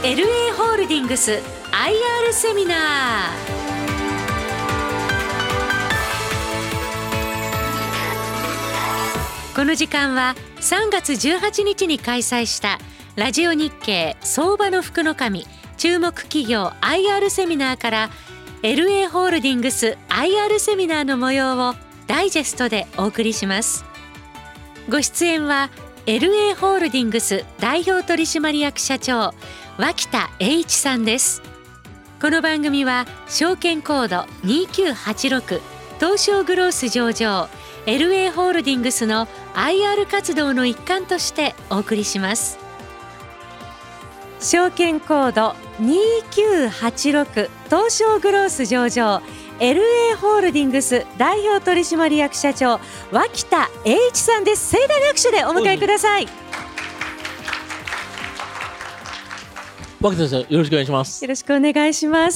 LA ホールディングス IR セミナー。この時間は3月18日に開催したラジオ日経相場の福の神注目企業 IR セミナーから LA ホールディングス IR セミナーの模様をダイジェストでお送りします。ご出演は LA ホールディングス代表取締役社長脇田栄一さんです。この番組は証券コード2986東証グロース上場 LA ホールディングスの IR 活動の一環としてお送りします。証券コード2986東証グロース上場 LA ホールディングス代表取締役社長脇田栄一さんです。盛大な拍手でお迎えください。 脇田さん、よろしくお願いします。 よろしくお願いします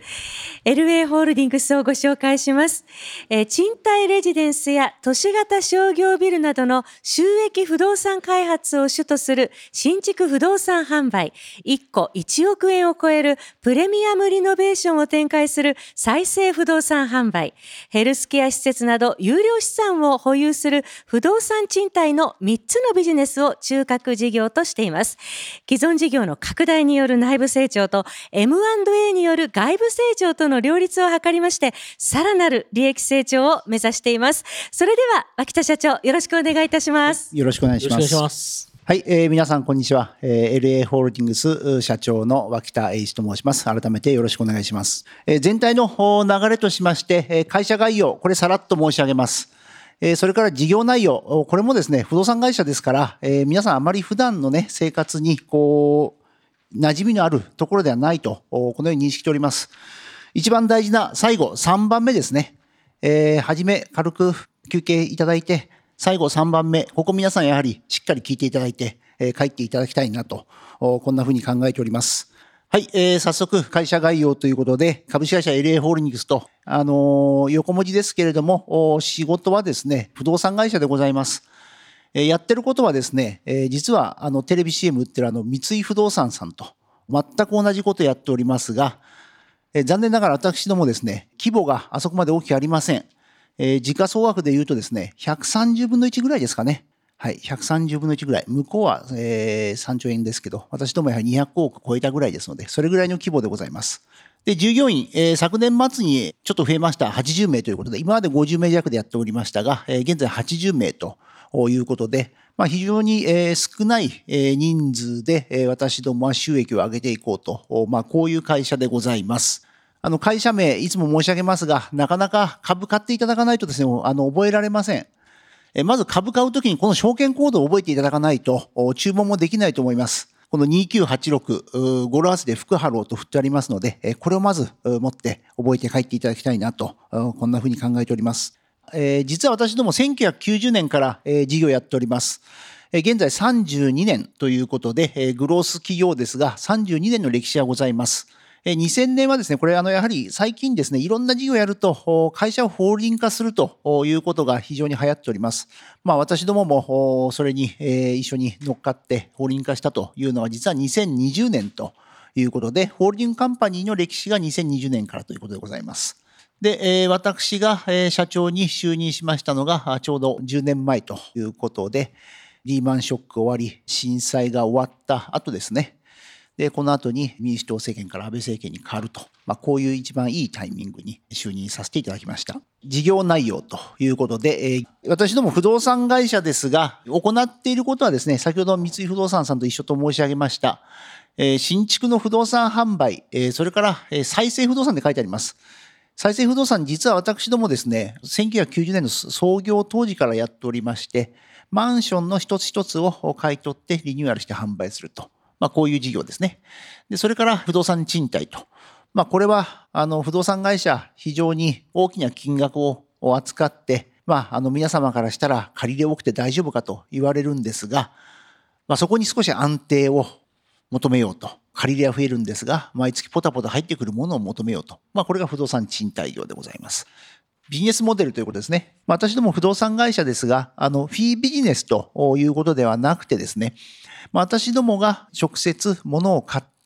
。LA ホールディングスをご紹介します。賃貸レジデンスや都市型商業ビルなどの収益不動産開発を主とする新築不動産販売、1戸1億円を超えるプレミアムリノベーションを展開する再生不動産販売、ヘルスケア施設など有料資産を保有する不動産賃貸の3つのビジネスを中核事業としています。既存事業の拡大による内部成長と M&A による外部成長との両立を図りまして、さらなる利益成長を目指しています。それでは脇田社長、よろしくお願いいたします。 よろしくお願いします。はい、皆さんこんにちは。LA ホールディングス社長の脇田栄一と申します。改めてよろしくお願いします。全体の流れとしまして、会社概要、これさらっと申し上げます。それから事業内容、これもですね、不動産会社ですから、皆さんあまり普段のね、生活に馴染みのあるところではないと、このように認識しております。一番大事な最後、3番目ですね。はじめ軽く休憩いただいて、最後3番目、ここ皆さんやはりしっかり聞いていただいて、帰っていただきたいなと、こんなふうに考えております。はい、早速会社概要ということで、株式会社 LA ホールディングスと、横文字ですけれども、仕事はですね、不動産会社でございます。やってることはですね、実はテレビ CM 売ってる三井不動産さんと全く同じことをやっておりますが、残念ながら私どもですね、規模があそこまで大きくありません。時価総額で言うとですね、130分の1ぐらいですかね。はい、130分の1ぐらい。向こうは、3兆円ですけど、私どもやはり200億超えたぐらいですので、それぐらいの規模でございます。で、従業員、昨年末にちょっと増えました。80名ということで、今まで50名弱でやっておりましたが、現在80名ということで、非常に少ない人数で私どもは収益を上げていこうと、こういう会社でございます。会社名、いつも申し上げますが、なかなか株買っていただかないとですね、覚えられません。まず株買うときにこの証券コードを覚えていただかないと、注文もできないと思います。この2986、語呂合わせで福ハローと振ってありますので、これをまず持って覚えて帰っていただきたいなと、こんなふうに考えております。実は私ども1990年から事業をやっております。現在32年ということで、グロース企業ですが、32年の歴史がございます。2000年はですね、これやはり最近ですね、いろんな事業をやると、会社をホールディング化するということが非常に流行っております。私どももそれに一緒に乗っかってホールディング化したというのは実は2020年ということで、ホールディングカンパニーの歴史が2020年からということでございます。で、私が社長に就任しましたのがちょうど10年前ということで、リーマンショック終わり、震災が終わった後ですね。で、この後に民主党政権から安倍政権に変わると、こういう一番いいタイミングに就任させていただきました。事業内容ということで、私ども不動産会社ですが、行っていることはですね、先ほど三井不動産さんと一緒と申し上げました、新築の不動産販売、それから再生不動産で書いてあります。再生不動産、実は私どもですね、1990年の創業当時からやっておりまして、マンションの一つ一つを買い取ってリニューアルして販売すると。こういう事業ですね。で、それから不動産賃貸と。これは、不動産会社、非常に大きな金額を扱って、皆様からしたら借り入れ多くて大丈夫かと言われるんですが、そこに少し安定を求めようと。借り入れは増えるんですが、毎月ポタポタ入ってくるものを求めようと。これが不動産賃貸業でございます。ビジネスモデルということですね。私ども不動産会社ですが、フィービジネスということではなくてですね、私どもが直接物を買って、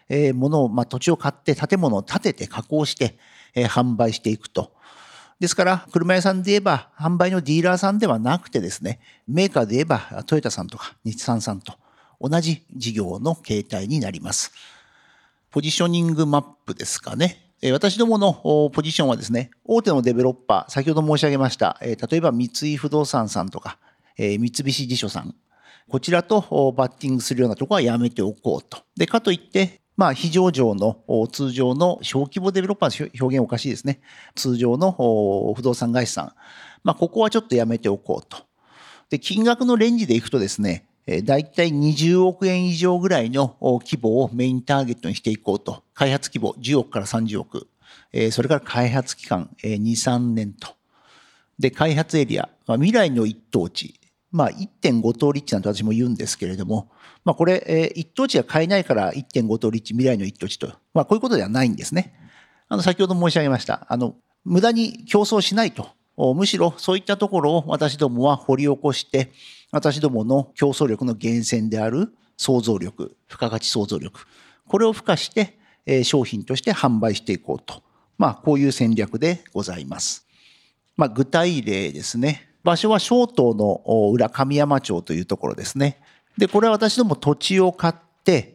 物を、土地を買って建物を建てて加工して、販売していくと。ですから、車屋さんで言えば、販売のディーラーさんではなくてですね、メーカーで言えば、トヨタさんとか日産さんと同じ事業の形態になります。ポジショニングマップですかね。私どものポジションはですね、大手のデベロッパー、先ほど申し上げました、例えば三井不動産さんとか、三菱地所さん、こちらとバッティングするようなところはやめておこうと。で、かといって、非上場の通常の小規模デベロッパーの表現おかしいですね。通常の不動産会社さん。ここはちょっとやめておこうと。で、金額のレンジでいくとですね、だいたい20億円以上ぐらいの規模をメインターゲットにしていこうと。開発規模10億から30億。それから開発期間2、3年と。で、開発エリア。未来の一等地。1.5 等立地なんて私も言うんですけれども、これ、一等地が買えないから 1.5 等立地、未来の一等地と、こういうことではないんですね。先ほど申し上げました。無駄に競争しないと。むしろそういったところを私どもは掘り起こして、私どもの競争力の源泉である創造力、付加価値創造力。これを付加して、商品として販売していこうと。こういう戦略でございます。具体例ですね。場所は小東の裏神山町というところですね。で、これは私ども土地を買って、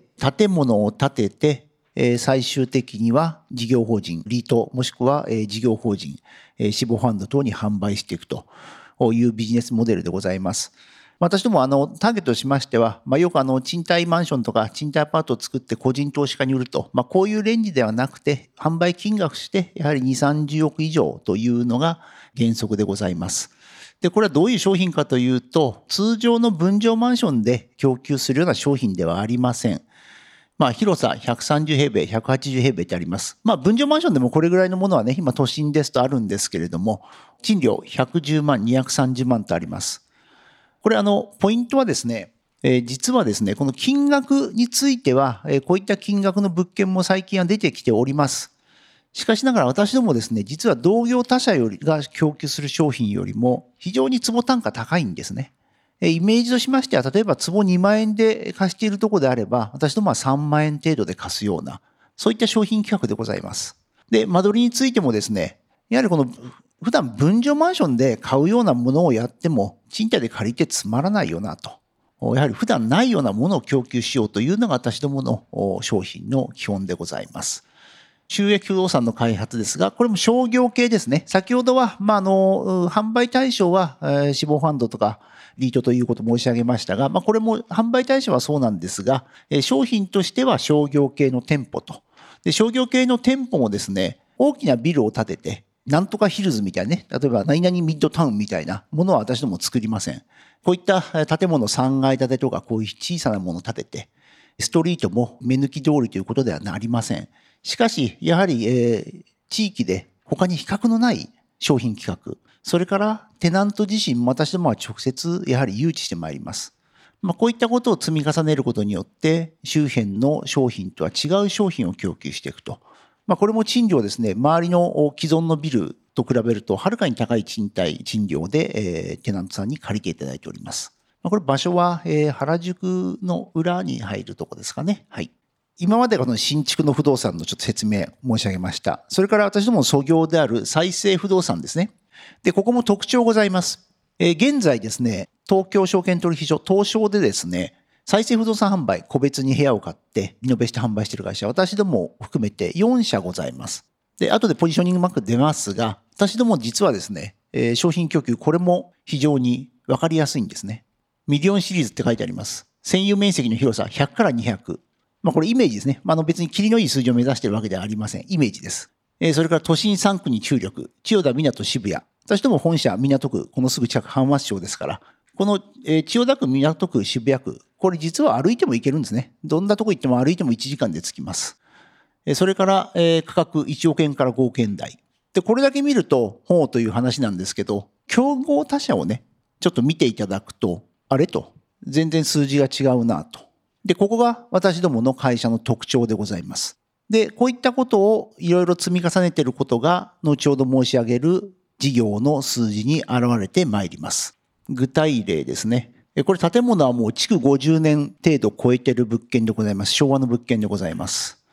建物を建てて、最終的には事業法人、リート、もしくは事業法人、死亡ファンド等に販売していくというビジネスモデルでございます。私どもターゲットとしましては、よく賃貸マンションとか賃貸アパートを作って個人投資家に売ると、こういうレンジではなくて、販売金額して、やはり2、30億以上というのが原則でございます。で、これはどういう商品かというと、通常の分譲マンションで供給するような商品ではありません。広さ130平米、180平米ってあります。分譲マンションでもこれぐらいのものはね、今都心ですとあるんですけれども、賃料110万、230万とあります。これポイントはですね、実はですね、この金額については、こういった金額の物件も最近は出てきております。しかしながら私どもですね、実は同業他社が供給する商品よりも非常に坪単価高いんですね。イメージとしましては、例えば坪2万円で貸しているところであれば、私どもは3万円程度で貸すような、そういった商品企画でございます。で、間取りについてもですね、やはりこの普段分譲マンションで買うようなものをやっても、賃貸で借りてつまらないよなと。やはり普段ないようなものを供給しようというのが私どもの商品の基本でございます。収益不動産の開発ですが、これも商業系ですね。先ほどは、販売対象は、死亡ファンドとか、リートということを申し上げましたが、これも販売対象はそうなんですが、商品としては商業系の店舗と。で、商業系の店舗もですね、大きなビルを建てて、なんとかヒルズみたいなね、例えば何々ミッドタウンみたいなものは私ども作りません。こういった建物3階建てとか、こういう小さなものを建てて、ストリートも目抜き通りということではありません。しかし、やはり、地域で他に比較のない商品企画、それからテナント自身も私どもは直接やはり誘致してまいります。こういったことを積み重ねることによって、周辺の商品とは違う商品を供給していくと。これも賃料ですね、周りの既存のビルと比べると、はるかに高い賃料で、テナントさんに借りていただいております。これ場所は、原宿の裏に入るとこですかね。はい。今までこの新築の不動産のちょっと説明申し上げました。それから私どもの創業である再生不動産ですね。で、ここも特徴ございます。現在ですね、東京証券取引所、東証でですね、再生不動産販売、個別に部屋を買って、リノベして販売している会社、私ども含めて4社ございます。で、後でポジショニングマップ出ますが、私ども実はですね、商品供給、これも非常にわかりやすいんですね。ミリオンシリーズって書いてあります。占有面積の広さ100から200。これイメージですね。別にキリのいい数字を目指しているわけではありません。イメージです。それから都心3区に注力。千代田、港、渋谷。私ども本社、港区、このすぐ近く、阪和市町ですから、この千代田区、港区、渋谷区、これ実は歩いても行けるんですね。どんなとこ行っても歩いても1時間で着きます。それから、価格1億円から5億円台。で、これだけ見ると、ほうという話なんですけど、競合他社をね、ちょっと見ていただくと、あれと、全然数字が違うなと。で、ここが私どもの会社の特徴でございます。で、こういったことをいろいろ積み重ねていることが、後ほど申し上げる事業の数字に現れてまいります。具体例ですね。これ建物はもう築50年程度超えている物件でございます。昭和の物件でございます。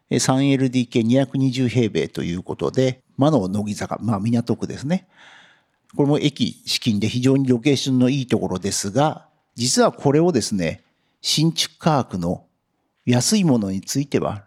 3LDK220 平米ということで、間野乃木坂、港区ですね。これも駅資金で非常にロケーションのいいところですが、実はこれをですね、新築価格の安いものについては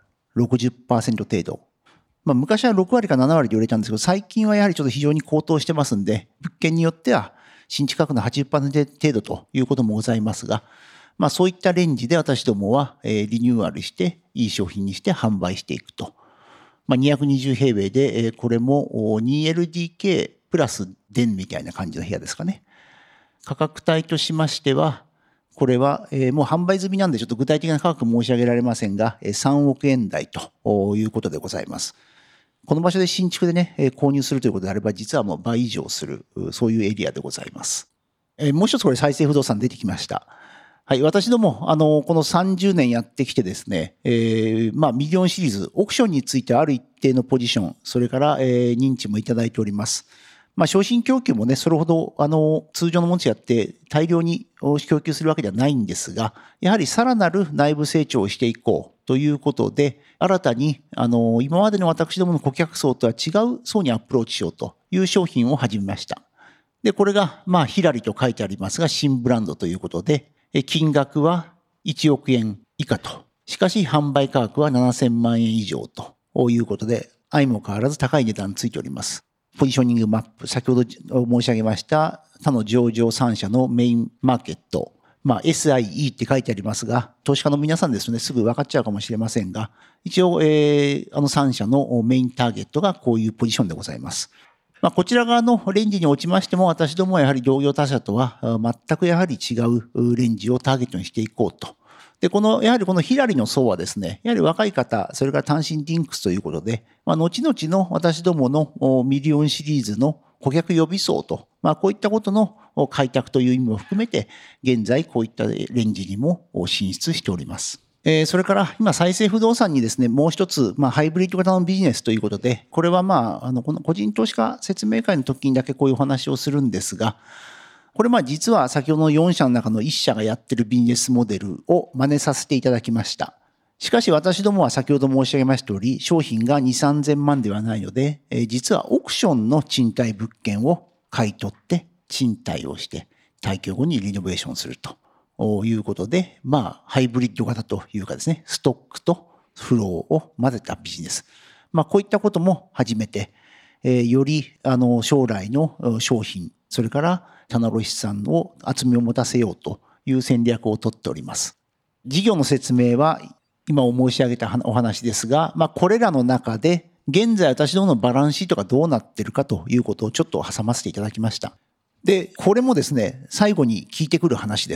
60% 程度。昔は6割か7割で売れたんですけど、最近はやはりちょっと非常に高騰してますんで、物件によっては新築価格の 80% 程度ということもございますが、そういったレンジで私どもはリニューアルしていい商品にして販売していくと。220平米で、これも 2LDK プラス電みたいな感じの部屋ですかね。価格帯としましては、これはもう販売済みなんでちょっと具体的な価格申し上げられませんが、3億円台ということでございます。この場所で新築でね、購入するということであれば、実はもう倍以上する、そういうエリアでございます。もう一つこれ再生不動産出てきました。はい、私ども、この30年やってきてですね、ミリオンシリーズ、オークションについてある一定のポジション、それから、認知もいただいております。商品供給もね、それほど、通常のものとやって大量に供給するわけではないんですが、やはりさらなる内部成長をしていこうということで、新たに、今までの私どもの顧客層とは違う層にアプローチしようという商品を始めました。で、これが、ヒラリと書いてありますが、新ブランドということで、金額は1億円以下と。しかし、販売価格は7000万円以上ということで、相も変わらず高い値段ついております。ポジショニングマップ、先ほど申し上げました他の上場3社のメインマーケット、SIE って書いてありますが、投資家の皆さんですね、すぐ分かっちゃうかもしれませんが、一応、3社のメインターゲットがこういうポジションでございます。こちら側のレンジにおちましても、私どもはやはり同業他社とは全くやはり違うレンジをターゲットにしていこうと。で、やはりこのヒラリの層はですね、やはり若い方、それから単身リンクスということで、後々の私どものミリオンシリーズの顧客予備層と、こういったことの開拓という意味も含めて、現在こういったレンジにも進出しております。それから今再生不動産にですね、もう一つ、ハイブリッド型のビジネスということで、これはこの個人投資家説明会の時にだけこういうお話をするんですが、これ実は先ほどの4社の中の1社がやってるビジネスモデルを真似させていただきました。しかし私どもは先ほど申し上げました通り、商品が2、3000万ではないので、実はオークションの賃貸物件を買い取って賃貸をして退去後にリノベーションするということで、ハイブリッド型というかですね、ストックとフローを混ぜたビジネス。こういったことも始めて、より将来の商品、それから棚卸資産を厚みを持たせようという戦略をとっております。事業の説明は今申し上げたお話ですが、これらの中で現在私どものバランスシートがどうなっているかということをちょっと挟ませていただきました。で、これもですね、最後に聞いてくる話です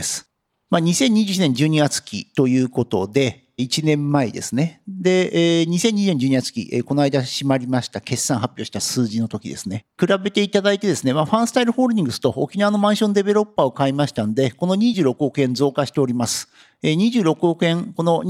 。2021年12月期ということで、1年前ですね。で、2020年12月期、この間閉まりました決算発表した数字の時ですね。比べていただいてですね、ファンスタイルホールディングスと沖縄のマンションデベロッパーを買いましたんで、この26億円増加しております。26億円、この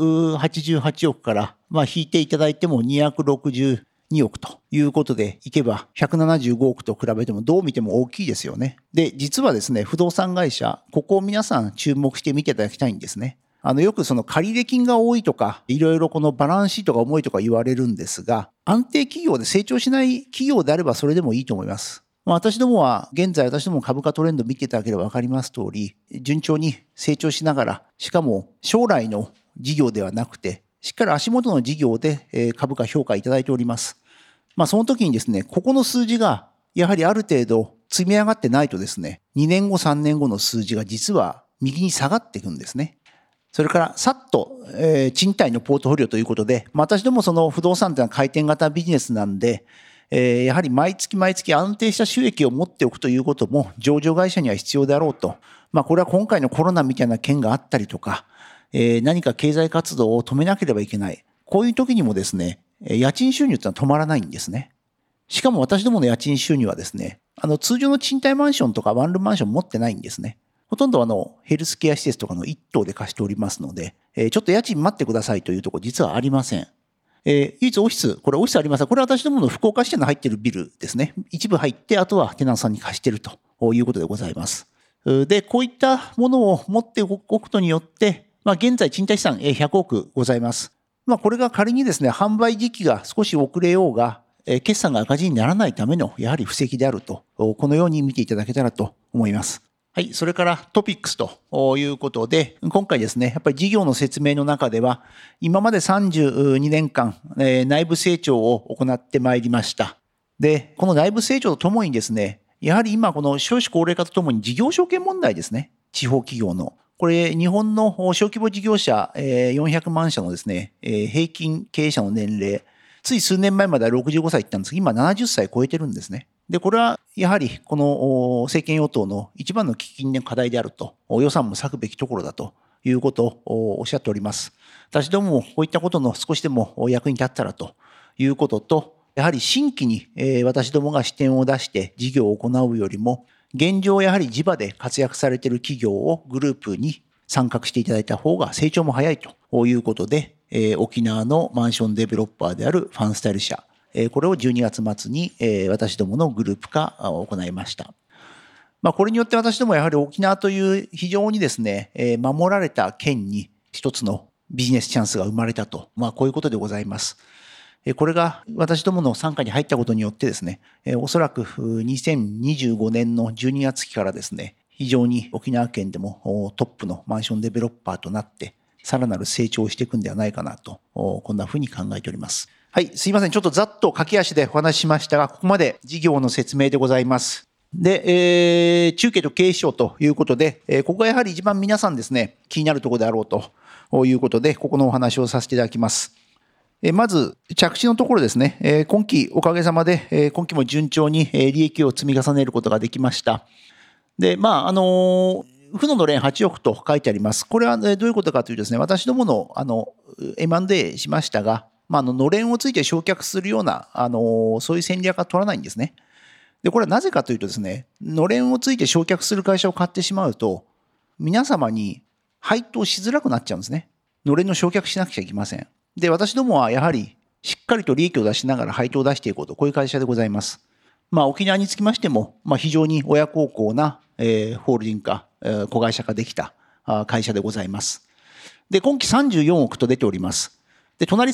288億から引いていただいても262億ということでいけば175億と比べてもどう見ても大きいですよね。で、実はですね、不動産会社、ここを皆さん注目して見ていただきたいんですね。よくその借入金が多いとか、いろいろこのバランスシートが重いとか言われるんですが、安定企業で成長しない企業であればそれでもいいと思います。私どもは、現在私ども株価トレンド見ていただければわかります通り、順調に成長しながら、しかも将来の事業ではなくて、しっかり足元の事業で株価評価いただいております。その時にですね、ここの数字がやはりある程度積み上がってないとですね、2年後3年後の数字が実は右に下がっていくんですね。それからさっと、賃貸のポートフォリオということで、私どもその不動産というのは回転型ビジネスなんで、やはり毎月毎月安定した収益を持っておくということも上場会社には必要であろうと。これは今回のコロナみたいな件があったりとか、何か経済活動を止めなければいけない。こういう時にもですね、家賃収入ってのは止まらないんですね。しかも私どもの家賃収入はですね、通常の賃貸マンションとかワンルームマンション持ってないんですね。ほとんどヘルスケア施設とかの一棟で貸しておりますので、ちょっと家賃待ってくださいというところ実はありません。唯一オフィス、これオフィスありますが、これは私どもの福岡支店の入っているビルですね。一部入って、あとはテナントさんに貸しているということでございます。で、こういったものを持っておくことによって、現在賃貸資産100億ございます。 これが仮にですね、販売時期が少し遅れようが、決算が赤字にならないためのやはり布石であると、このように見ていただけたらと思います。はい、それからトピックスということで、今回ですね、やっぱり事業の説明の中では、今まで32年間、内部成長を行ってまいりました。で、この内部成長とともにですね、やはり今この少子高齢化とともに事業承継問題ですね、地方企業の。これ、日本の小規模事業者400万社のですね、平均経営者の年齢、つい数年前までは65歳いったんですが、今70歳超えてるんですね。で、これはやはりこの政権与党の一番の喫緊の課題であると、予算も割くべきところだということをおっしゃっております。私どももこういったことの少しでも役に立ったらということと、やはり新規に私どもが視点を出して事業を行うよりも、現状やはり地場で活躍されている企業をグループに参画していただいた方が成長も早いということで、沖縄のマンションデベロッパーであるファンスタイル社、これを12月末に私どものグループ化を行いました。これによって私どもやはり沖縄という非常にですね、守られた県に一つのビジネスチャンスが生まれたと、こういうことでございます。これが私どもの傘下に入ったことによってですね、おそらく2025年の12月期からですね、非常に沖縄県でもトップのマンションデベロッパーとなって、さらなる成長をしていくんではないかなと、こんなふうに考えております。はい、すいません。ちょっとざっと駆け足でお話ししましたが、ここまで事業の説明でございます。で、中継と経営指標ということで、ここがやはり一番皆さんですね、気になるところであろうということで、ここのお話をさせていただきます。まず、着地のところですね、今期おかげさまで、今期も順調に利益を積み重ねることができました。で、負の連8億と書いてあります。これはどういうことかというとですね、私どものM&A しましたが、のれんをついて償却するような、そういう戦略は取らないんですね。で、これはなぜかというとですね、のれんをついて償却する会社を買ってしまうと、皆様に配当しづらくなっちゃうんですね。のれんの償却しなくちゃいけません。で、私どもはやはりしっかりと利益を出しながら配当を出していこうと、こういう会社でございます。沖縄につきましても、非常に親孝行な、ホールディング化、子会社化できた会社でございます。で、今期34億と出ております。で、隣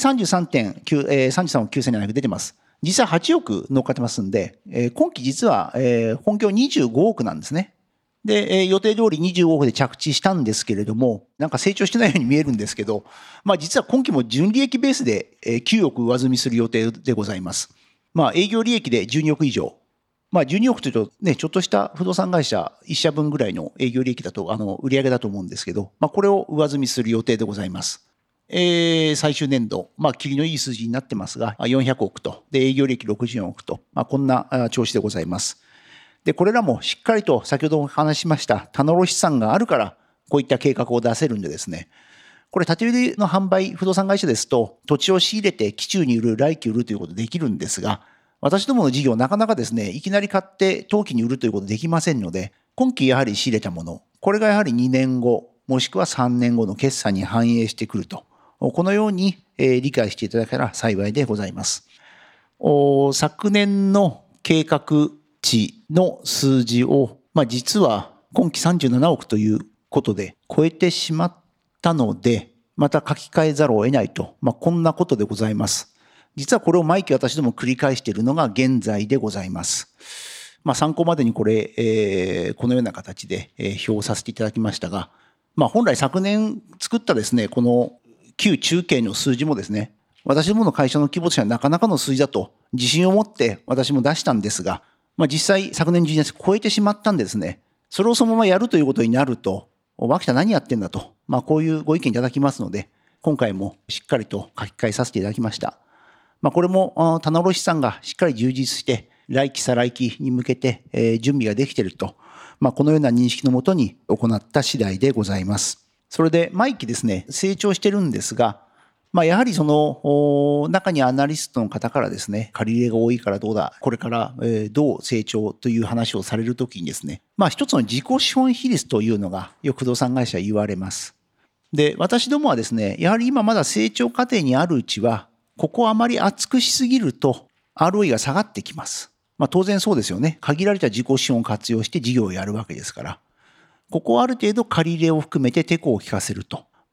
33億9700出てます。実は8億乗っかってますんで、今期実は、本業25億なんですね。で、予定通り25億で着地したんですけれども、なんか成長してないように見えるんですけど、実は今期も純利益ベースで9億上積みする予定でございます。営業利益で12億以上。12億というとね、ちょっとした不動産会社1社分ぐらいの営業利益だと、売上だと思うんですけど、これを上積みする予定でございます。最終年度、切りのいい数字になってますが、400億と、で、営業利益64億と、こんな調子でございます。で、これらもしっかりと先ほどお話ししました棚卸資産があるから、こういった計画を出せるんでですね、これ建売の販売、不動産会社ですと、土地を仕入れて期中に売る、来期売るということできるんですが、私どもの事業なかなかですね、いきなり買って当期に売るということできませんので、今期やはり仕入れたもの、これがやはり2年後、もしくは3年後の決算に反映してくると。このように理解していただけたら幸いでございます。昨年の計画値の数字を、実は今期37億ということで超えてしまったので、また書き換えざるを得ないと、こんなことでございます。実はこれを毎期私ども繰り返しているのが現在でございます。参考までにこれ、このような形で表させていただきましたが、本来昨年作ったですね、この旧中継の数字もですね、私どもの会社の規模としてはなかなかの数字だと自信を持って私も出したんですが、実際昨年12月超えてしまったんでですね、それをそのままやるということになると、脇田何やってんだと、こういうご意見いただきますので、今回もしっかりと書き換えさせていただきました。これも棚卸資産がしっかり充実して、来期再来期に向けて準備ができていると、このような認識のもとに行った次第でございます。それで毎期ですね、成長してるんですが、やはりその中にアナリストの方からですね、借り入れが多いからどうだ、これからどう成長という話をされるときにですね、一つの自己資本比率というのがよく不動産会社は言われます。で、私どもはですね、やはり今まだ成長過程にあるうちは、ここをあまり厚くしすぎると ROE が下がってきます。当然そうですよね。限られた自己資本を活用して事業をやるわけですから。ここをある程度借り入れを含めてテコを利かせると。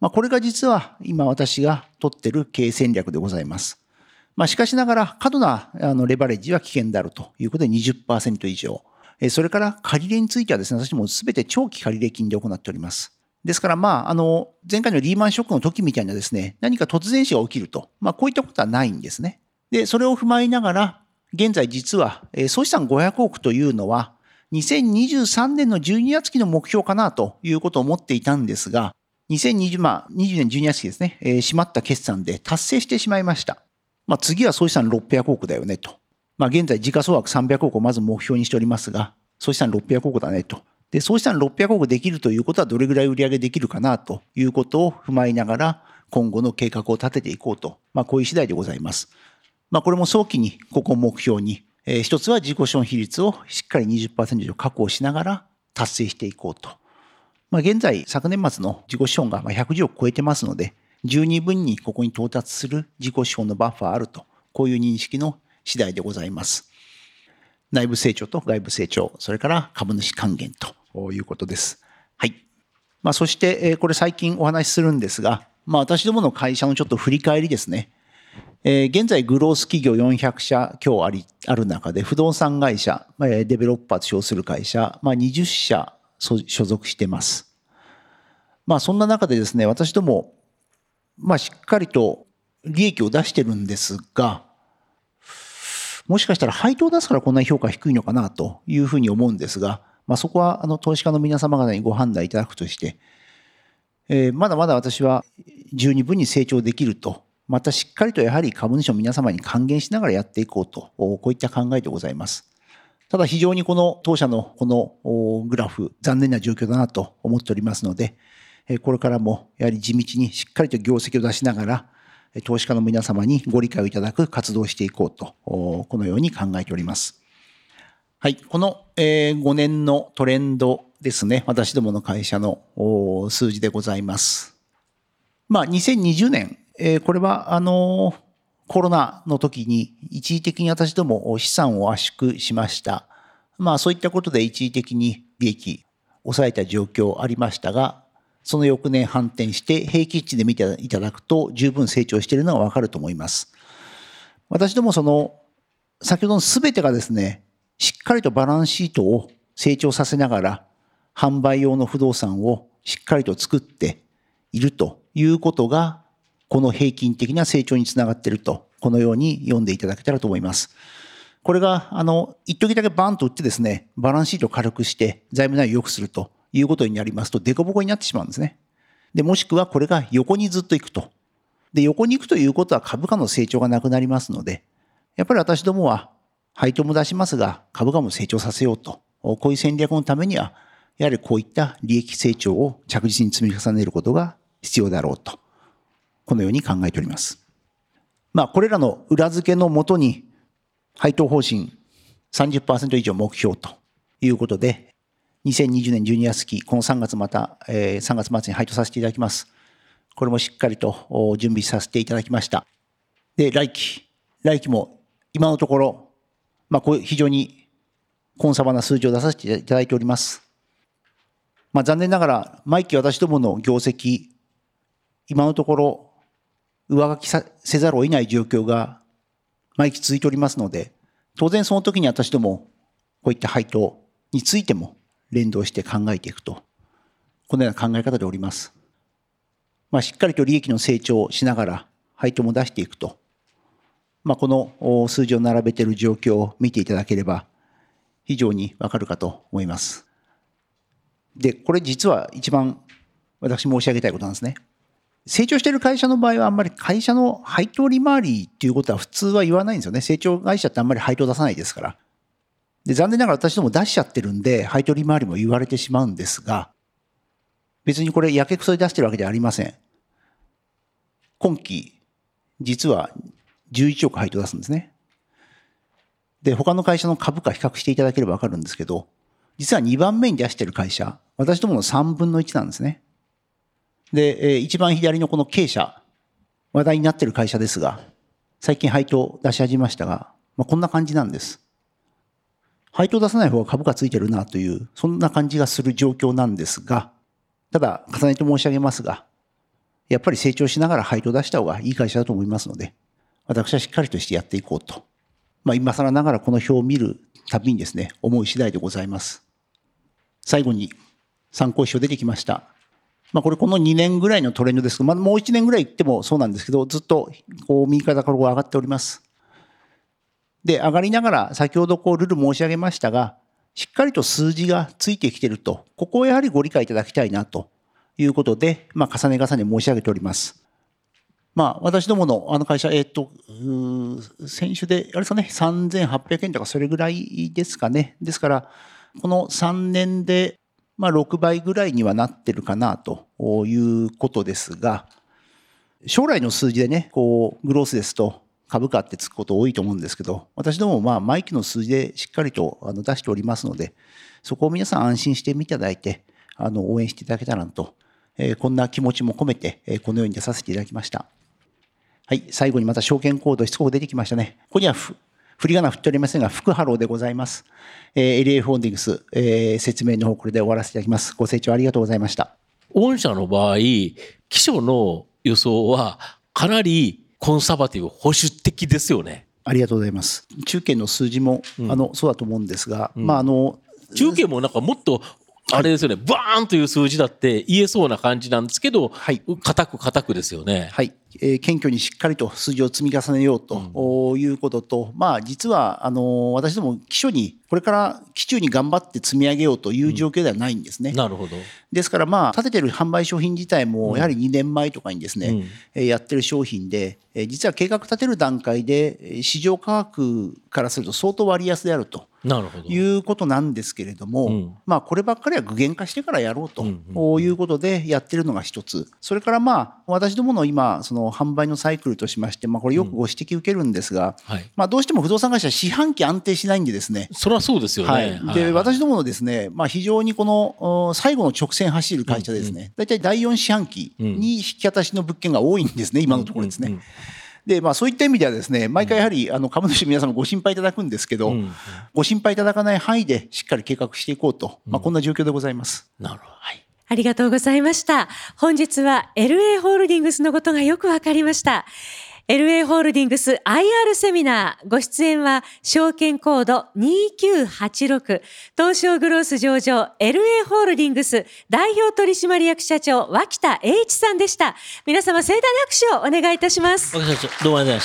これが実は今私が取っている経営戦略でございます。しかしながら過度なレバレッジは危険であるということで 20% 以上。それから借り入れについてはですね、私どもすべて長期借入金で行っております。ですから前回のリーマンショックの時みたいなですね、何か突然死が起きると、こういったことはないんですね。で、それを踏まえながら、現在実は総資産500億というのは、2023年の12月期の目標かなということを思っていたんですが、2020年12月期ですね、締まった決算で達成してしまいました。次は総資産600億だよねと。現在時価総額300億をまず目標にしておりますが、総資産600億だねと。で、総資産600億できるということはどれぐらい売上できるかなということを踏まえながら、今後の計画を立てていこうと、こういう次第でございます。これも早期にここを目標に、一つは自己資本比率をしっかり 20% 以上確保しながら達成していこうと。現在、昨年末の自己資本が110億超えてますので、十二分にここに到達する自己資本のバッファーあると、こういう認識の次第でございます。内部成長と外部成長、それから株主還元ということです。はい。そして、これ最近お話しするんですが、私どもの会社のちょっと振り返りですね。現在、グロース企業400社強ある中で、不動産会社、デベロッパーと称する会社、20社所属しています。そんな中でですね、私ども、しっかりと利益を出してるんですが、もしかしたら配当を出すからこんなに評価低いのかなというふうに思うんですが、そこは投資家の皆様方にご判断いただくとして、まだまだ私は十二分に成長できると、またしっかりとやはり株主の皆様に還元しながらやっていこうと、こういった考えでございます。ただ非常にこの当社のこのグラフ、残念な状況だなと思っておりますので、これからもやはり地道にしっかりと業績を出しながら、投資家の皆様にご理解をいただく活動をしていこうと、このように考えております。はい、この5年のトレンドですね、私どもの会社の数字でございます。2020年、これはコロナの時に一時的に私ども資産を圧縮しました。そういったことで一時的に利益を抑えた状況ありましたが、その翌年反転して平均値で見ていただくと十分成長しているのがわかると思います。私ども先ほどの全てがですね、しっかりとバランスシートを成長させながら販売用の不動産をしっかりと作っているということが、この平均的な成長につながっていると、このように読んでいただけたらと思います。これが、一時だけバーンと打ってですね、バランスシートを軽くして財務内容を良くするということになりますと、デコボコになってしまうんですね。で、もしくはこれが横にずっと行くと。で、横に行くということは株価の成長がなくなりますので、やっぱり私どもは配当も出しますが、株価も成長させようと。こういう戦略のためには、やはりこういった利益成長を着実に積み重ねることが必要だろうと。このように考えております。これらの裏付けのもとに、配当方針 30% 以上目標ということで、2020年12月期、この3月3月末に配当させていただきます。これもしっかりと準備させていただきました。で、来期も今のところ、こう非常にコンサバな数字を出させていただいております。残念ながら、毎期私どもの業績、今のところ、上書きせざるを得ない状況が毎期続いておりますので、当然その時に私ども、こういった配当についても連動して考えていくと、このような考え方でおります。しっかりと利益の成長をしながら配当も出していくと、この数字を並べている状況を見ていただければ非常にわかるかと思います。で、これ実は一番私申し上げたいことなんですね。成長している会社の場合はあんまり会社の配当利回りっていうことは普通は言わないんですよね。成長会社ってあんまり配当出さないですから。で、残念ながら私ども出しちゃってるんで、配当利回りも言われてしまうんですが、別にこれやけくそで出してるわけではありません。今期、実は11億配当出すんですね。で、他の会社の株価比較していただければわかるんですけど、実は2番目に出している会社、私どもの3分の1なんですね。で、一番左のこのK社、話題になっている会社ですが、最近配当出し始めましたが、こんな感じなんです。配当出さない方が株価ついてるなという、そんな感じがする状況なんですが、ただ、重ねて申し上げますが、 やっぱり成長しながら配当を出した方がいい会社だと思いますので、私はしっかりとしてやっていこうと。今更ながらこの表を見るたびにですね、思う次第でございます。最後に参考書出てきました。この2年ぐらいのトレンドですけど、もう1年ぐらい行ってもそうなんですけど、ずっと右肩から上がっております。で、上がりながら先ほどルル申し上げましたが、しっかりと数字がついてきていると、ここをやはりご理解いただきたいなということで、重ね重ね申し上げております。私どもの会社、先週で、あれですかね、3800円とかそれぐらいですかね。ですから、この3年で、6倍ぐらいにはなってるかなということですが、将来の数字でね、グロースですと株価ってつくこと多いと思うんですけど、私ども毎期の数字でしっかりと出しておりますので、そこを皆さん安心して見ていただいて、応援していただけたらなと、こんな気持ちも込めて、このように出させていただきました。はい、最後にまた証券コードしつこく出てきましたね。ここには振り仮名振っておりませんが、福ハローでございます。LA ホールディングス、説明の方これで終わらせていただきます。ご清聴ありがとうございました。 御社の場合、期初の予想はかなりコンサバティブ、保守的ですよね。 ありがとうございます。中堅の数字も、そうだと思うんですが、 中堅もなんかもっとあれですよね、バーンという数字だって言えそうな感じなんですけど、固くですよね。 はい、謙虚にしっかりと数字を積み重ねようということと、実は私ども期初にこれから期中に頑張って積み上げようという状況ではないんですね。 なるほど。 ですから立ててる販売商品自体もやはり2年前とかにですね、やってる商品で、実は計画立てる段階で市場価格からすると相当割安であると。 なるほど。 いうことなんですけれども、こればっかりは具現化してからやろうということでやってるのが一つ。それから私どもの今その販売のサイクルとしまして、これよくご指摘受けるんですが、どうしても不動産会社四半期安定しないんでですね。 それはそうですよね。 で、私どものですね、非常にこの最後の直線走る会社ですね、大体第4四半期に引き渡しの物件が多いんですね、今のところですね。でそういった意味ではですね、毎回やはり株主皆さんもご心配いただくんですけど、ご心配いただかない範囲でしっかり計画していこうと、こんな状況でございます。 なるほど。はい。 ありがとうございました。本日は LA ホールディングスのことがよくわかりました。LA ホールディングス IR セミナーご出演は証券コード2986東証グロース上場 LA ホールディングス代表取締役社長脇田栄一さんでした。皆様盛大な拍手をお願いいたします。 脇田社長どうもありがとうございました。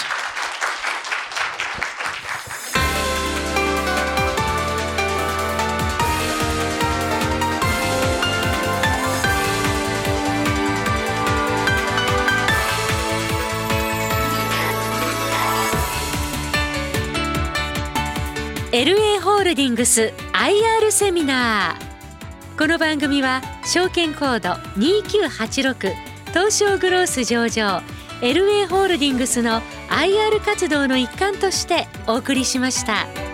LA ホールディングス IR セミナー。この番組は証券コード2986東証グロース上場 LA ホールディングスの IR 活動の一環としてお送りしました。